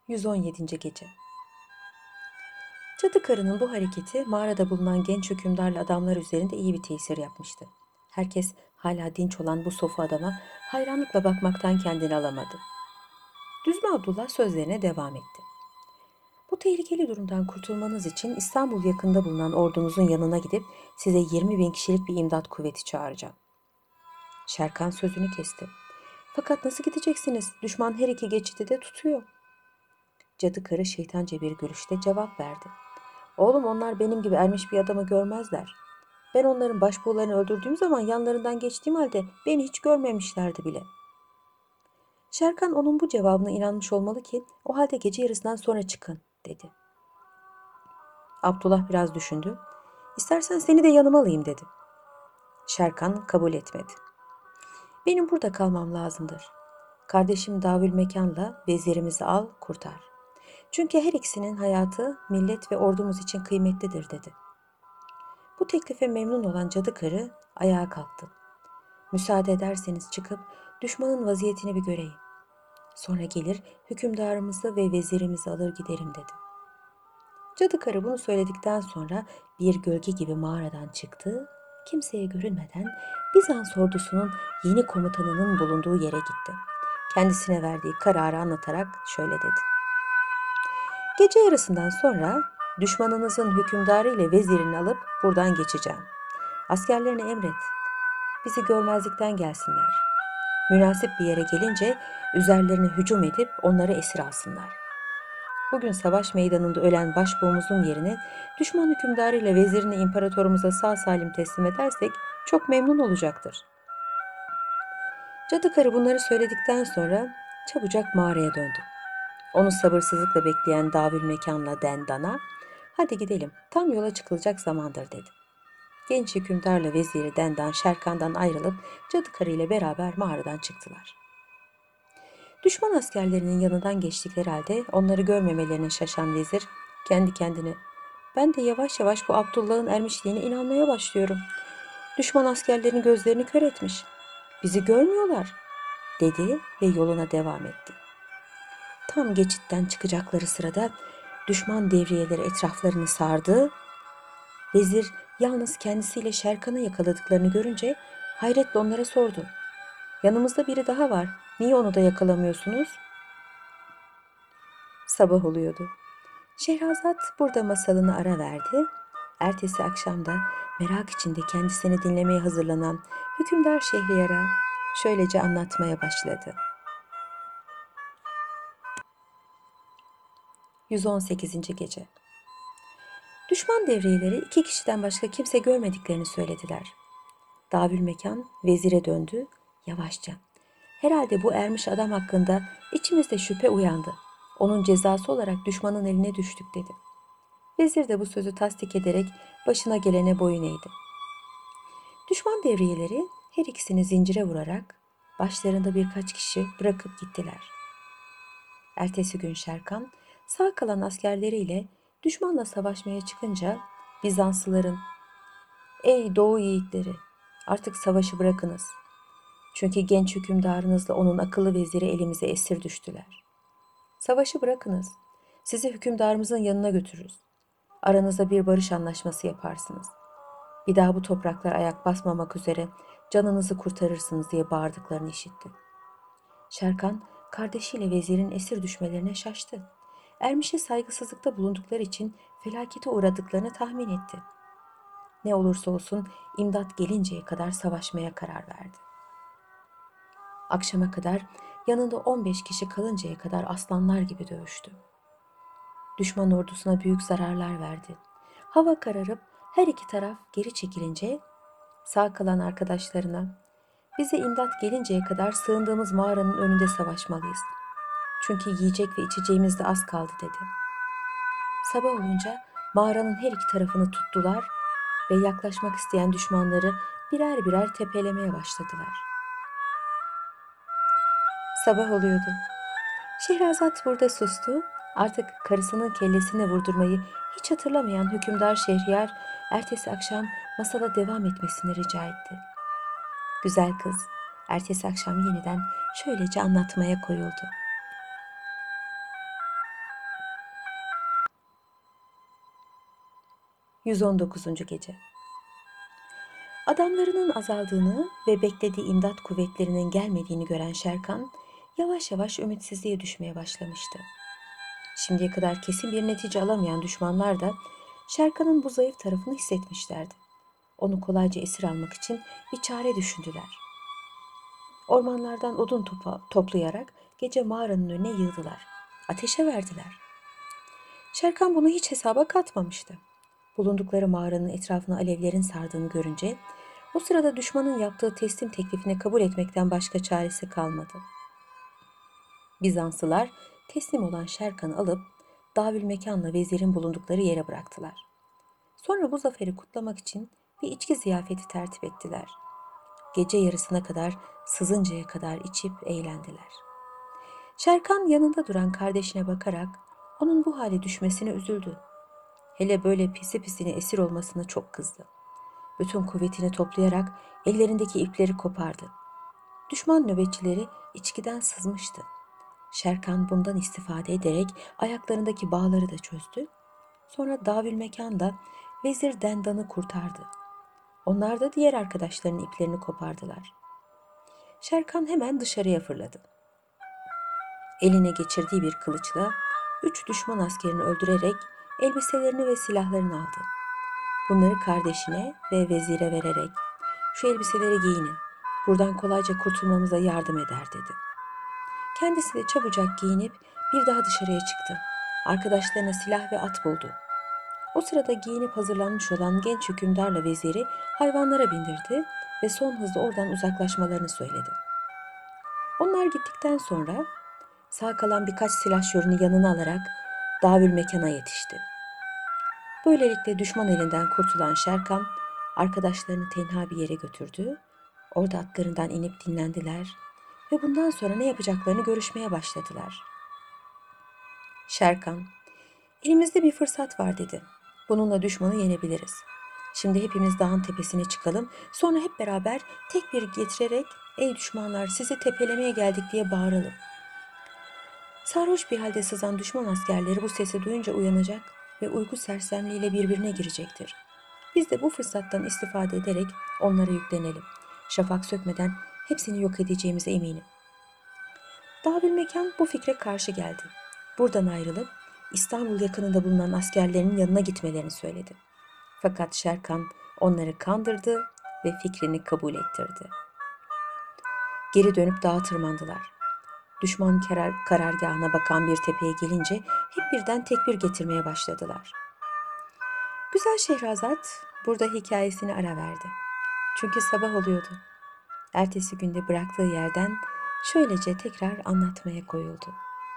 117. Gece. Cadı karının bu hareketi mağarada bulunan genç hükümdarlı adamlar üzerinde iyi bir tesir yapmıştı. Herkes hala dinç olan bu sofu adama hayranlıkla bakmaktan kendini alamadı. Düzme Abdullah sözlerine devam etti. Bu tehlikeli durumdan kurtulmanız için İstanbul yakında bulunan ordumuzun yanına gidip size 20 bin kişilik bir imdat kuvveti çağıracağım. Şerkan sözünü kesti. Fakat nasıl gideceksiniz? Düşman her iki geçidi de tutuyor. Cadı karı şeytanca bir gülüşle cevap verdi. Oğlum, onlar benim gibi ermiş bir adamı görmezler. Ben onların başbuğlarını öldürdüğüm zaman yanlarından geçtiğim halde beni hiç görmemişlerdi bile. Şerkan onun bu cevabına inanmış olmalı ki o halde gece yarısından sonra çıkın dedi. Abdullah biraz düşündü. İstersen seni de yanıma alayım dedi. Şerkan kabul etmedi. Benim burada kalmam lazımdır. Kardeşim Davülmekan'la vezirimizi al kurtar. Çünkü her ikisinin hayatı millet ve ordumuz için kıymetlidir dedi. Bu teklife memnun olan cadı karı ayağa kalktı. Müsaade ederseniz çıkıp düşmanın vaziyetini bir göreyim. Sonra gelir hükümdarımızı ve vezirimizi alır giderim dedi. Cadı karı bunu söyledikten sonra bir gölge gibi mağaradan çıktı. Kimseye görünmeden Bizans ordusunun yeni komutanının bulunduğu yere gitti. Kendisine verdiği kararı anlatarak şöyle dedi. Gece yarısından sonra düşmanınızın hükümdarı ile vezirini alıp buradan geçeceğim. Askerlerine emret. Bizi görmezlikten gelsinler. Münasip bir yere gelince üzerlerine hücum edip onları esir alsınlar. Bugün savaş meydanında ölen başbuğumuzun yerine düşman hükümdarı ile vezirini imparatorumuza sağ salim teslim edersek çok memnun olacaktır. Cadı karı bunları söyledikten sonra çabucak mağaraya döndü. Onu sabırsızlıkla bekleyen Davülmekan'la Dendan'a "Hadi gidelim, tam yola çıkılacak zamandır" dedi. Genç hükümdarla veziri Dendan Şerkan'dan ayrılıp cadı karı ile beraber mağaradan çıktılar. Düşman askerlerinin yanından geçtikleri halde onları görmemelerine şaşan vezir kendi kendine "Ben de yavaş yavaş bu Abdullah'ın ermişliğine inanmaya başlıyorum. Düşman askerlerin gözlerini kör etmiş. Bizi görmüyorlar" dedi ve yoluna devam etti. Tam geçitten çıkacakları sırada düşman devriyeleri etraflarını sardı. Vezir yalnız kendisiyle Şerkan'ı yakaladıklarını görünce hayretle onlara sordu. "Yanımızda biri daha var. Niye onu da yakalamıyorsunuz?" Sabah oluyordu. Şehrazat burada masalını ara verdi. Ertesi akşam da merak içinde kendisini dinlemeye hazırlanan hükümdar Şehriyar'a şöylece anlatmaya başladı. 118. Gece. Düşman devriyeleri 2 kişiden başka kimse görmediklerini söylediler. Davülmekan vezire döndü yavaşça. "Herhalde bu ermiş adam hakkında içimizde şüphe uyandı. Onun cezası olarak düşmanın eline düştük" dedi. Vezir de bu sözü tasdik ederek başına gelene boyun eğdi. Düşman devriyeleri her ikisini zincire vurarak başlarında birkaç kişi bırakıp gittiler. Ertesi gün Şerkan sağ kalan askerleriyle düşmanla savaşmaya çıkınca Bizanslıların "Ey Doğu yiğitleri, artık savaşı bırakınız. Çünkü genç hükümdarınızla onun akıllı veziri elimize esir düştüler. Savaşı bırakınız. Sizi hükümdarımızın yanına götürürüz. Aranızda bir barış anlaşması yaparsınız. Bir daha bu topraklar ayak basmamak üzere canınızı kurtarırsınız" diye bağırdıklarını işitti. Şerkan kardeşiyle vezirin esir düşmelerine şaştı. Ermiş'e saygısızlıkta bulundukları için felakete uğradıklarını tahmin etti. Ne olursa olsun imdat gelinceye kadar savaşmaya karar verdi. Akşama kadar yanında 15 kişi kalıncaya kadar aslanlar gibi dövüştü. Düşman ordusuna büyük zararlar verdi. Hava kararıp her iki taraf geri çekilince sağ kalan arkadaşlarına "Bize imdat gelinceye kadar sığındığımız mağaranın önünde savaşmalıyız. Çünkü yiyecek ve içeceğimiz de az kaldı" dedi. Sabah olunca mağaranın her iki tarafını tuttular ve yaklaşmak isteyen düşmanları birer birer tepelemeye başladılar. Sabah oluyordu. Şehrazat burada sustu. Artık karısının kellesine vurdurmayı hiç hatırlamayan hükümdar Şehriyar ertesi akşam masala devam etmesini rica etti. Güzel kız ertesi akşam yeniden şöylece anlatmaya koyuldu. 119. Gece. Adamlarının azaldığını ve beklediği imdat kuvvetlerinin gelmediğini gören Şerkan, yavaş yavaş ümitsizliğe düşmeye başlamıştı. Şimdiye kadar kesin bir netice alamayan düşmanlar da Şerkan'ın bu zayıf tarafını hissetmişlerdi. Onu kolayca esir almak için bir çare düşündüler. Ormanlardan odun toplayarak gece mağaranın önüne yığdılar. Ateşe verdiler. Şerkan bunu hiç hesaba katmamıştı. Bulundukları mağaranın etrafına alevlerin sardığını görünce o sırada düşmanın yaptığı teslim teklifini kabul etmekten başka çaresi kalmadı. Bizanslılar teslim olan Şerkan'ı alıp Davülmekan'la vezirin bulundukları yere bıraktılar. Sonra bu zaferi kutlamak için bir içki ziyafeti tertip ettiler. Gece yarısına kadar sızıncaya kadar içip eğlendiler. Şerkan yanında duran kardeşine bakarak onun bu hale düşmesine üzüldü. Hele böyle pisi pisine esir olmasına çok kızdı. Bütün kuvvetini toplayarak ellerindeki ipleri kopardı. Düşman nöbetçileri içkiden sızmıştı. Şerkan bundan istifade ederek ayaklarındaki bağları da çözdü. Sonra Davülmekan Vezir Dendan'ı kurtardı. Onlar da diğer arkadaşlarının iplerini kopardılar. Şerkan hemen dışarıya fırladı. Eline geçirdiği bir kılıçla 3 düşman askerini öldürerek elbiselerini ve silahlarını aldı. Bunları kardeşine ve vezire vererek "Şu elbiseleri giyinin, buradan kolayca kurtulmamıza yardım eder." dedi. Kendisi de çabucak giyinip bir daha dışarıya çıktı. Arkadaşlarına silah ve at buldu. O sırada giyinip hazırlanmış olan genç hükümdarla veziri hayvanlara bindirdi ve son hızla oradan uzaklaşmalarını söyledi. Onlar gittikten sonra sağ kalan birkaç silahşörünü yanına alarak Davülmekan'a yetişti. Böylelikle düşman elinden kurtulan Şerkan, arkadaşlarını tenha bir yere götürdü. Orada atlarından inip dinlendiler ve bundan sonra ne yapacaklarını görüşmeye başladılar. Şerkan, "Elimizde bir fırsat var." dedi. "Bununla düşmanı yenebiliriz. Şimdi hepimiz dağın tepesine çıkalım, sonra hep beraber tek bir getirerek 'Ey düşmanlar, sizi tepelemeye geldik!' diye bağıralım." Sarhoş bir halde sızan düşman askerleri bu sesi duyunca uyanacak ve uyku sersemliğiyle birbirine girecektir. Biz de bu fırsattan istifade ederek onlara yüklenelim. Şafak sökmeden hepsini yok edeceğimize eminim. Davülmekan bu fikre karşı geldi. Buradan ayrılıp İstanbul yakınında bulunan askerlerinin yanına gitmelerini söyledi. Fakat Şerkan onları kandırdı ve fikrini kabul ettirdi. Geri dönüp dağa tırmandılar. Düşman karargahına bakan bir tepeye gelince hep birden tekbir getirmeye başladılar. Güzel Şehrazat burada hikayesini ara verdi. Çünkü sabah oluyordu. Ertesi günde bıraktığı yerden şöylece tekrar anlatmaya koyuldu.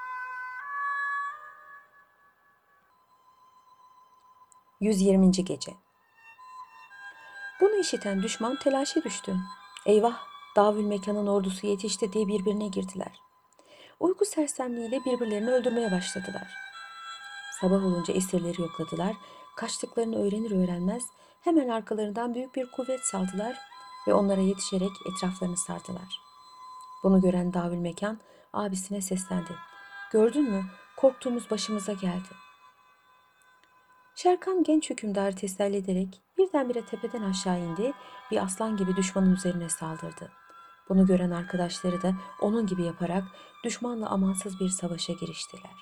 120. Gece. Bunu işiten düşman telaşa düştü. "Eyvah! Davülmekan'ın ordusu yetişti!" diye birbirine girdiler. Uyku sersemliğiyle birbirlerini öldürmeye başladılar. Sabah olunca esirleri yokladılar. Kaçtıklarını öğrenir öğrenmez hemen arkalarından büyük bir kuvvet saldılar ve onlara yetişerek etraflarını sardılar. Bunu gören Davülmekan abisine seslendi. "Gördün mü? Korktuğumuz başımıza geldi." Şerkan genç hükümdarı teselli ederek birdenbire tepeden aşağı indi, bir aslan gibi düşmanın üzerine saldırdı. Bunu gören arkadaşları da onun gibi yaparak düşmanla amansız bir savaşa giriştiler.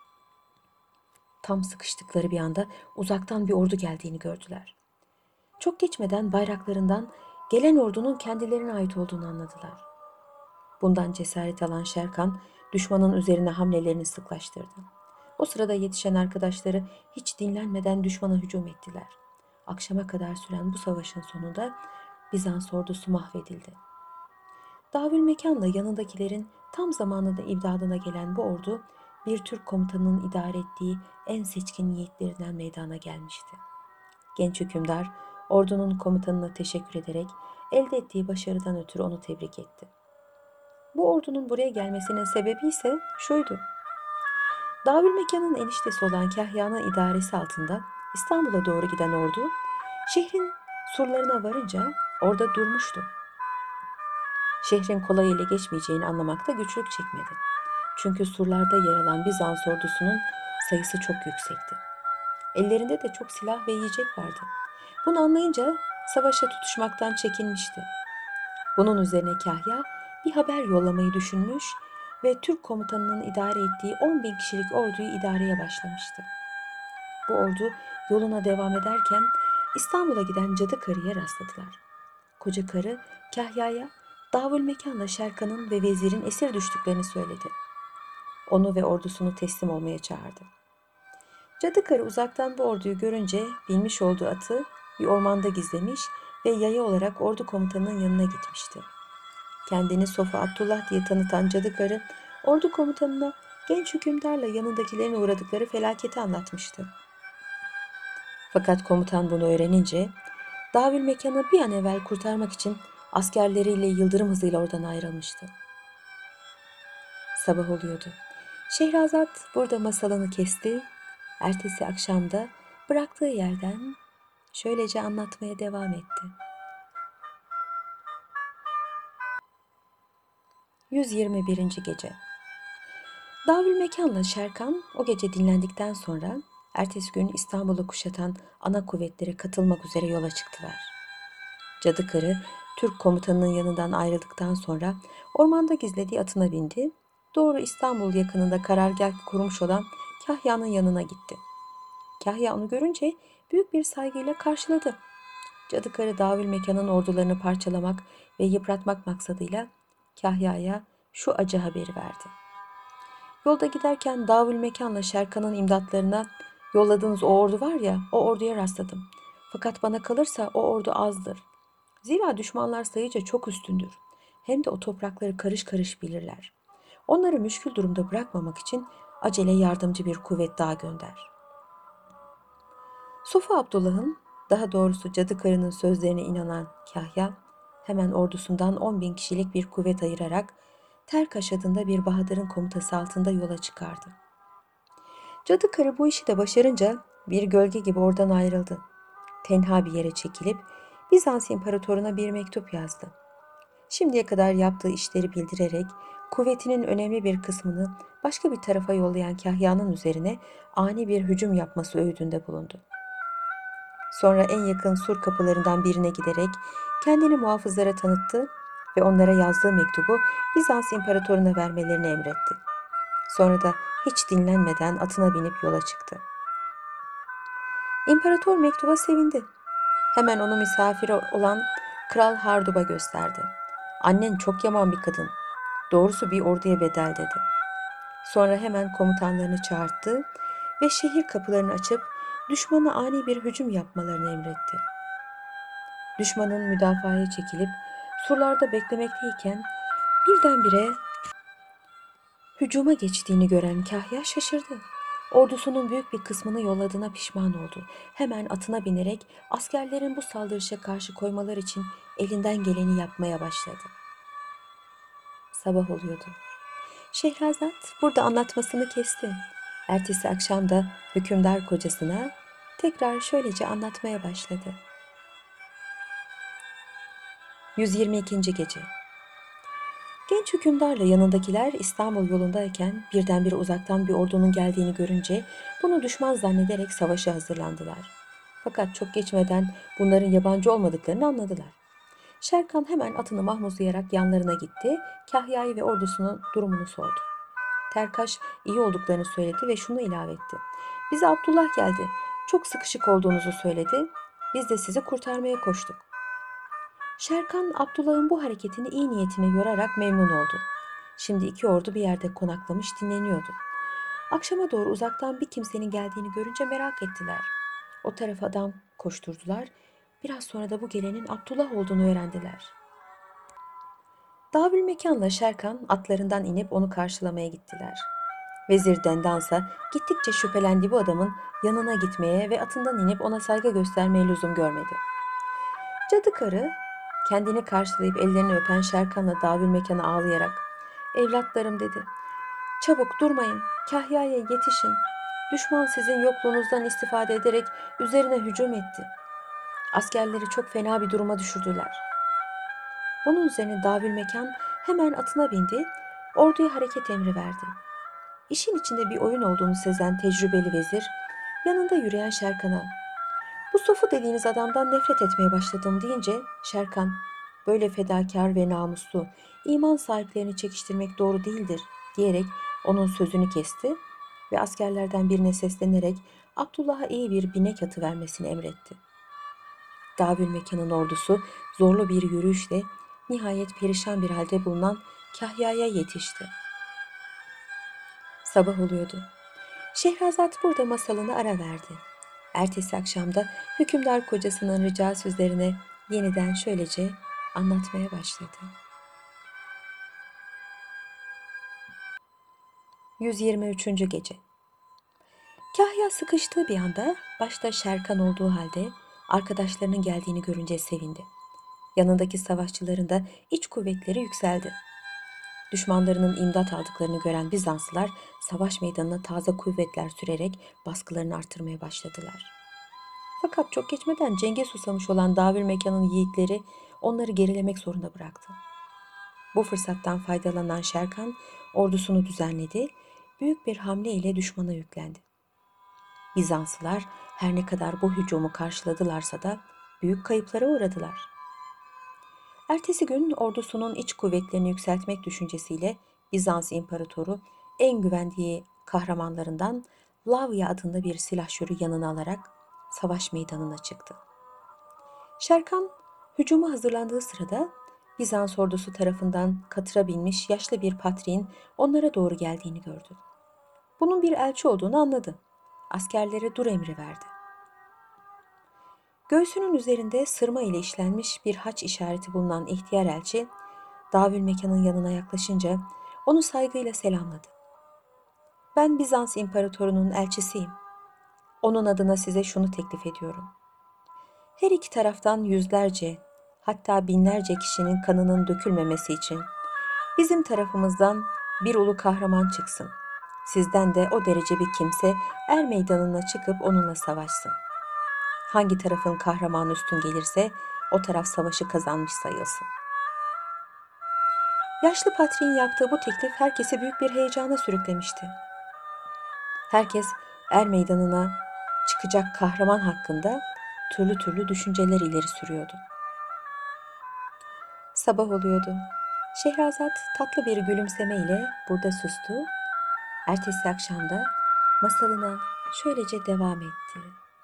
Tam sıkıştıkları bir anda uzaktan bir ordu geldiğini gördüler. Çok geçmeden bayraklarından gelen ordunun kendilerine ait olduğunu anladılar. Bundan cesaret alan Şerkan düşmanın üzerine hamlelerini sıklaştırdı. O sırada yetişen arkadaşları hiç dinlenmeden düşmana hücum ettiler. Akşama kadar süren bu savaşın sonunda Bizans ordusu mahvedildi. Davülmekan'la yanındakilerin tam zamanında imdadına gelen bu ordu bir Türk komutanının idare ettiği en seçkin yiğitlerinden meydana gelmişti. Genç hükümdar ordunun komutanına teşekkür ederek elde ettiği başarıdan ötürü onu tebrik etti. Bu ordunun buraya gelmesinin sebebi ise şuydu. Davülmekan'ın eniştesi olan Kahya'nın idaresi altında İstanbul'a doğru giden ordu şehrin surlarına varınca orada durmuştu. Şehrin kolay ele geçmeyeceğini anlamakta güçlük çekmedi. Çünkü surlarda yer alan Bizans ordusunun sayısı çok yüksekti. Ellerinde de çok silah ve yiyecek vardı. Bunu anlayınca savaşa tutuşmaktan çekinmişti. Bunun üzerine Kahya bir haber yollamayı düşünmüş ve Türk komutanının idare ettiği 10 bin kişilik orduyu idareye başlamıştı. Bu ordu yoluna devam ederken İstanbul'a giden cadı karıya rastladılar. Koca karı Kahya'ya Davülmekan'la Şerkan'ın ve vezirin esir düştüklerini söyledi. Onu ve ordusunu teslim olmaya çağırdı. Cadı karı uzaktan bu orduyu görünce binmiş olduğu atı bir ormanda gizlemiş ve yaya olarak ordu komutanının yanına gitmişti. Kendini Sofu Abdullah diye tanıtan cadı karı ordu komutanına genç hükümdarla yanındakilerin uğradıkları felaketi anlatmıştı. Fakat komutan bunu öğrenince Davülmekan'ı bir an evvel kurtarmak için askerleriyle yıldırım hızıyla oradan ayrılmıştı. Sabah oluyordu. Şehrazat burada masalını kesti. Ertesi akşamda bıraktığı yerden şöylece anlatmaya devam etti. 121. Gece. Davülmekan'la Şerkan o gece dinlendikten sonra ertesi gün İstanbul'u kuşatan ana kuvvetlere katılmak üzere yola çıktılar. Cadı karı Türk komutanının yanından ayrıldıktan sonra ormanda gizlediği atına bindi. Doğru İstanbul yakınında karargah kurmuş olan Kahya'nın yanına gitti. Kahya onu görünce büyük bir saygıyla karşıladı. Cadı karı Davülmekan'ın ordularını parçalamak ve yıpratmak maksadıyla Kahya'ya şu acı haberi verdi. Yolda giderken Davülmekan'la Şerkan'ın imdatlarına yolladığınız o ordu var ya, o orduya rastladım. Fakat bana kalırsa o ordu azdır. Zira düşmanlar sayıca çok üstündür. Hem de o toprakları karış karış bilirler. Onları müşkül durumda bırakmamak için acele yardımcı bir kuvvet daha gönder. Sofu Abdullah'ın, daha doğrusu cadı karının sözlerine inanan Kahya, hemen ordusundan 10 bin kişilik bir kuvvet ayırarak Terkaş adında bir bahadırın komutası altında yola çıkardı. Cadı karı bu işi de başarınca bir gölge gibi oradan ayrıldı. Tenha bir yere çekilip Bizans imparatoruna bir mektup yazdı. Şimdiye kadar yaptığı işleri bildirerek kuvvetinin önemli bir kısmını başka bir tarafa yollayan Kahya'nın üzerine ani bir hücum yapması öğüdünde bulundu. Sonra en yakın sur kapılarından birine giderek kendini muhafızlara tanıttı ve onlara yazdığı mektubu Bizans imparatoruna vermelerini emretti. Sonra da hiç dinlenmeden atına binip yola çıktı. İmparator mektuba sevindi. Hemen onu misafiri olan Kral Hardub'a gösterdi. Annen çok yaman bir kadın. Doğrusu bir orduya bedel dedi. Sonra hemen komutanlarını çağırttı ve şehir kapılarını açıp düşmana ani bir hücum yapmalarını emretti. Düşmanın müdafaya çekilip surlarda beklemekteyken birdenbire hücuma geçtiğini gören Kahya şaşırdı. Ordusunun büyük bir kısmını yolladığına pişman oldu. Hemen atına binerek askerlerin bu saldırışa karşı koymalar için elinden geleni yapmaya başladı. Sabah oluyordu. Şehrazat burada anlatmasını kesti. Ertesi akşam da hükümdar kocasına tekrar şöylece anlatmaya başladı. 122. Gece. Genç hükümdarla yanındakiler İstanbul yolundayken birdenbire uzaktan bir ordunun geldiğini görünce bunu düşman zannederek savaşa hazırlandılar. Fakat çok geçmeden bunların yabancı olmadıklarını anladılar. Şerkan hemen atını mahmuzlayarak yanlarına gitti, Kahya'yı ve ordusunun durumunu sordu. Terkaş iyi olduklarını söyledi ve şunu ilave etti. Bize Abdullah geldi, çok sıkışık olduğunuzu söyledi, biz de sizi kurtarmaya koştuk. Şerkan Abdullah'ın bu hareketini iyi niyetine yorarak memnun oldu. Şimdi iki ordu bir yerde konaklamış dinleniyordu. Akşama doğru uzaktan bir kimsenin geldiğini görünce merak ettiler. O tarafa adam koşturdular. Biraz sonra da bu gelenin Abdullah olduğunu öğrendiler. Davülmekan'la Şerkan atlarından inip onu karşılamaya gittiler. Vezir Dendansa gittikçe şüphelendiği bu adamın yanına gitmeye ve atından inip ona saygı göstermeye lüzum görmedi. Cadı karı kendini karşılayıp ellerini öpen Şerkan'la Davülmekan'a ağlayarak "Evlatlarım" dedi. "Çabuk durmayın, Kahya'ya yetişin. Düşman sizin yokluğunuzdan istifade ederek üzerine hücum etti. Askerleri çok fena bir duruma düşürdüler." Bunun üzerine Davülmekan hemen atına bindi, orduya hareket emri verdi. İşin içinde bir oyun olduğunu sezen tecrübeli vezir, Yanında yürüyen Şerkan'a "Bu Sofu dediğiniz adamdan nefret etmeye başladım" deyince Şerkan "Böyle fedakar ve namuslu, iman sahiplerini çekiştirmek doğru değildir" diyerek onun sözünü kesti ve askerlerden birine seslenerek Abdullah'a iyi bir binek atı vermesini emretti. Davülmekan'ın ordusu zorlu bir yürüyüşle nihayet perişan bir halde bulunan Kahya'ya yetişti. Sabah oluyordu. Şehrazat burada masalına ara verdi. Ertesi akşamda hükümdar kocasının rica sözlerine yeniden şöylece anlatmaya başladı. 123. Gece. Kahya sıkıştığı bir anda başta Şerkan olduğu halde arkadaşlarının geldiğini görünce sevindi. Yanındaki savaşçıların da iç kuvvetleri yükseldi. Düşmanlarının imdat aldıklarını gören Bizanslılar savaş meydanına taze kuvvetler sürerek baskılarını artırmaya başladılar. Fakat çok geçmeden cenge susamış olan Davülmekan'ın yiğitleri onları gerilemek zorunda bıraktı. Bu fırsattan faydalanan Şerkan ordusunu düzenledi, büyük bir hamle ile düşmana yüklendi. Bizanslılar her ne kadar bu hücumu karşıladılarsa da büyük kayıplara uğradılar. Ertesi gün ordusunun iç kuvvetlerini yükseltmek düşüncesiyle Bizans İmparatoru en güvendiği kahramanlarından Lavya adında bir silahşörü yanına alarak savaş meydanına çıktı. Şerkan hücuma hazırlandığı sırada Bizans ordusu tarafından katıra binmiş yaşlı bir patriğin onlara doğru geldiğini gördü. Bunun bir elçi olduğunu anladı. Askerlere dur emri verdi. Göğsünün üzerinde sırma ile işlenmiş bir haç işareti bulunan ihtiyar elçi, Davülmekan'ın yanına yaklaşınca onu saygıyla selamladı. "Ben Bizans İmparatorunun elçisiyim. Onun adına size şunu teklif ediyorum. Her iki taraftan yüzlerce, hatta binlerce kişinin kanının dökülmemesi için bizim tarafımızdan bir ulu kahraman çıksın. Sizden de o derece bir kimse er meydanına çıkıp onunla savaşsın. Hangi tarafın kahramanı üstün gelirse o taraf savaşı kazanmış sayılsın." Yaşlı patriğin yaptığı bu teklif herkesi büyük bir heyecana sürüklemişti. Herkes er meydanına çıkacak kahraman hakkında türlü türlü düşünceler ileri sürüyordu. Sabah oluyordu. Şehrazat tatlı bir gülümsemeyle burada sustu. Ertesi akşamda masalına şöylece devam etti.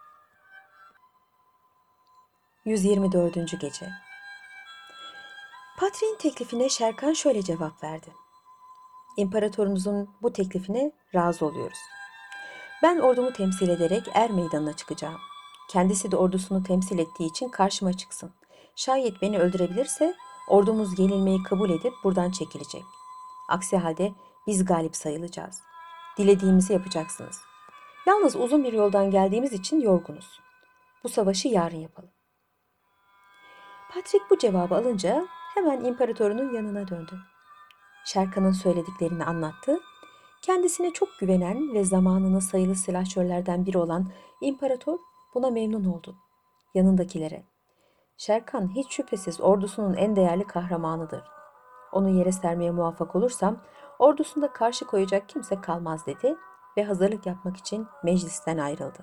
124. Gece. Patriğin teklifine Şerkan şöyle cevap verdi. "İmparatorunuzun bu teklifine razı oluyoruz. Ben ordumu temsil ederek er meydanına çıkacağım. Kendisi de ordusunu temsil ettiği için karşıma çıksın. Şayet beni öldürebilirse ordumuz yenilmeyi kabul edip buradan çekilecek. Aksi halde biz galip sayılacağız. Dilediğimizi yapacaksınız. Yalnız uzun bir yoldan geldiğimiz için yorgunuz. Bu savaşı yarın yapalım." Patrik bu cevabı alınca hemen imparatorunun yanına döndü. Şerkan'ın söylediklerini anlattı. Kendisine çok güvenen ve zamanının sayılı silahşörlerden biri olan imparator buna memnun oldu. Yanındakilere, "Şerkan hiç şüphesiz ordusunun en değerli kahramanıdır. Onu yere sermeye muvaffak olursam ordusunda karşı koyacak kimse kalmaz" dedi ve hazırlık yapmak için meclisten ayrıldı.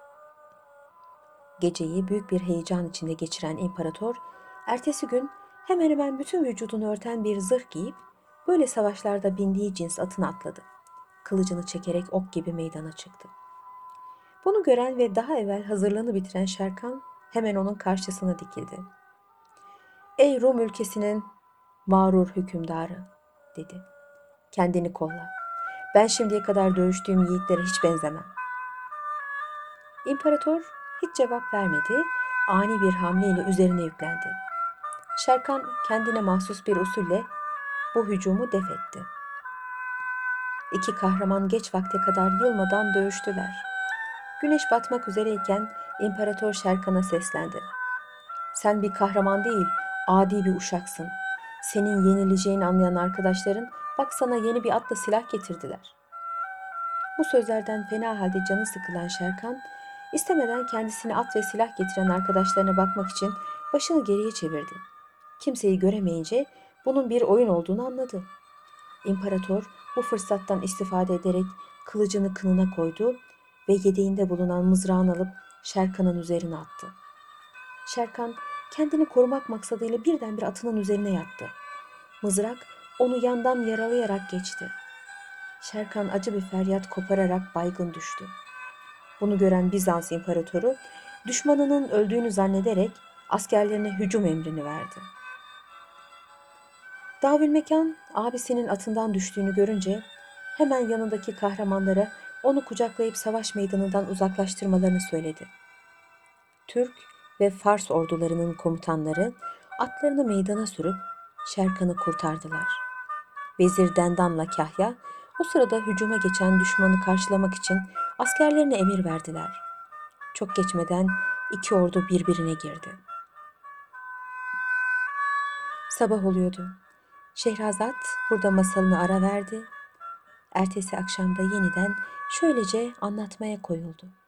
Geceyi büyük bir heyecan içinde geçiren imparator, ertesi gün hemen hemen bütün vücudunu örten bir zırh giyip böyle savaşlarda bindiği cins atına atladı. Kılıcını çekerek ok gibi meydana çıktı. Bunu gören ve daha evvel hazırlığını bitiren Şerkan hemen onun karşısına dikildi. "Ey Rum ülkesinin mağrur hükümdarı," dedi. "Kendini kolla. Ben şimdiye kadar dövüştüğüm yiğitlere hiç benzemem." İmparator hiç cevap vermedi, ani bir hamleyle üzerine yüklendi. Şerkan kendine mahsus bir usulle bu hücumu def etti. İki kahraman geç vakte kadar yılmadan dövüştüler. Güneş batmak üzereyken İmparator Şerkan'a seslendi. "Sen bir kahraman değil, adi bir uşaksın. Senin yenileceğini anlayan arkadaşların bak sana yeni bir atla silah getirdiler." Bu sözlerden fena halde canı sıkılan Şerkan, istemeden kendisine at ve silah getiren arkadaşlarına bakmak için başını geriye çevirdi. Kimseyi göremeyince bunun bir oyun olduğunu anladı. İmparator bu fırsattan istifade ederek kılıcını kınına koydu ve yedeğinde bulunan mızrağını alıp Şerkan'ın üzerine attı. Şerkan kendini korumak maksadıyla birdenbire atının üzerine yattı. Mızrak onu yandan yaralayarak geçti. Şerkan acı bir feryat kopararak baygın düştü. Bunu gören Bizans imparatoru düşmanının öldüğünü zannederek askerlerine hücum emrini verdi. Davülmekan abisinin atından düştüğünü görünce hemen yanındaki kahramanlara onu kucaklayıp savaş meydanından uzaklaştırmalarını söyledi. Türk ve Fars ordularının komutanları atlarını meydana sürüp Şerkan'ı kurtardılar. Vezir Dendan'la Kahya o sırada hücuma geçen düşmanı karşılamak için askerlerine emir verdiler. Çok geçmeden iki ordu birbirine girdi. Sabah oluyordu. Şehrazat burada masalını ara verdi. Ertesi akşamda yeniden şöylece anlatmaya koyuldu.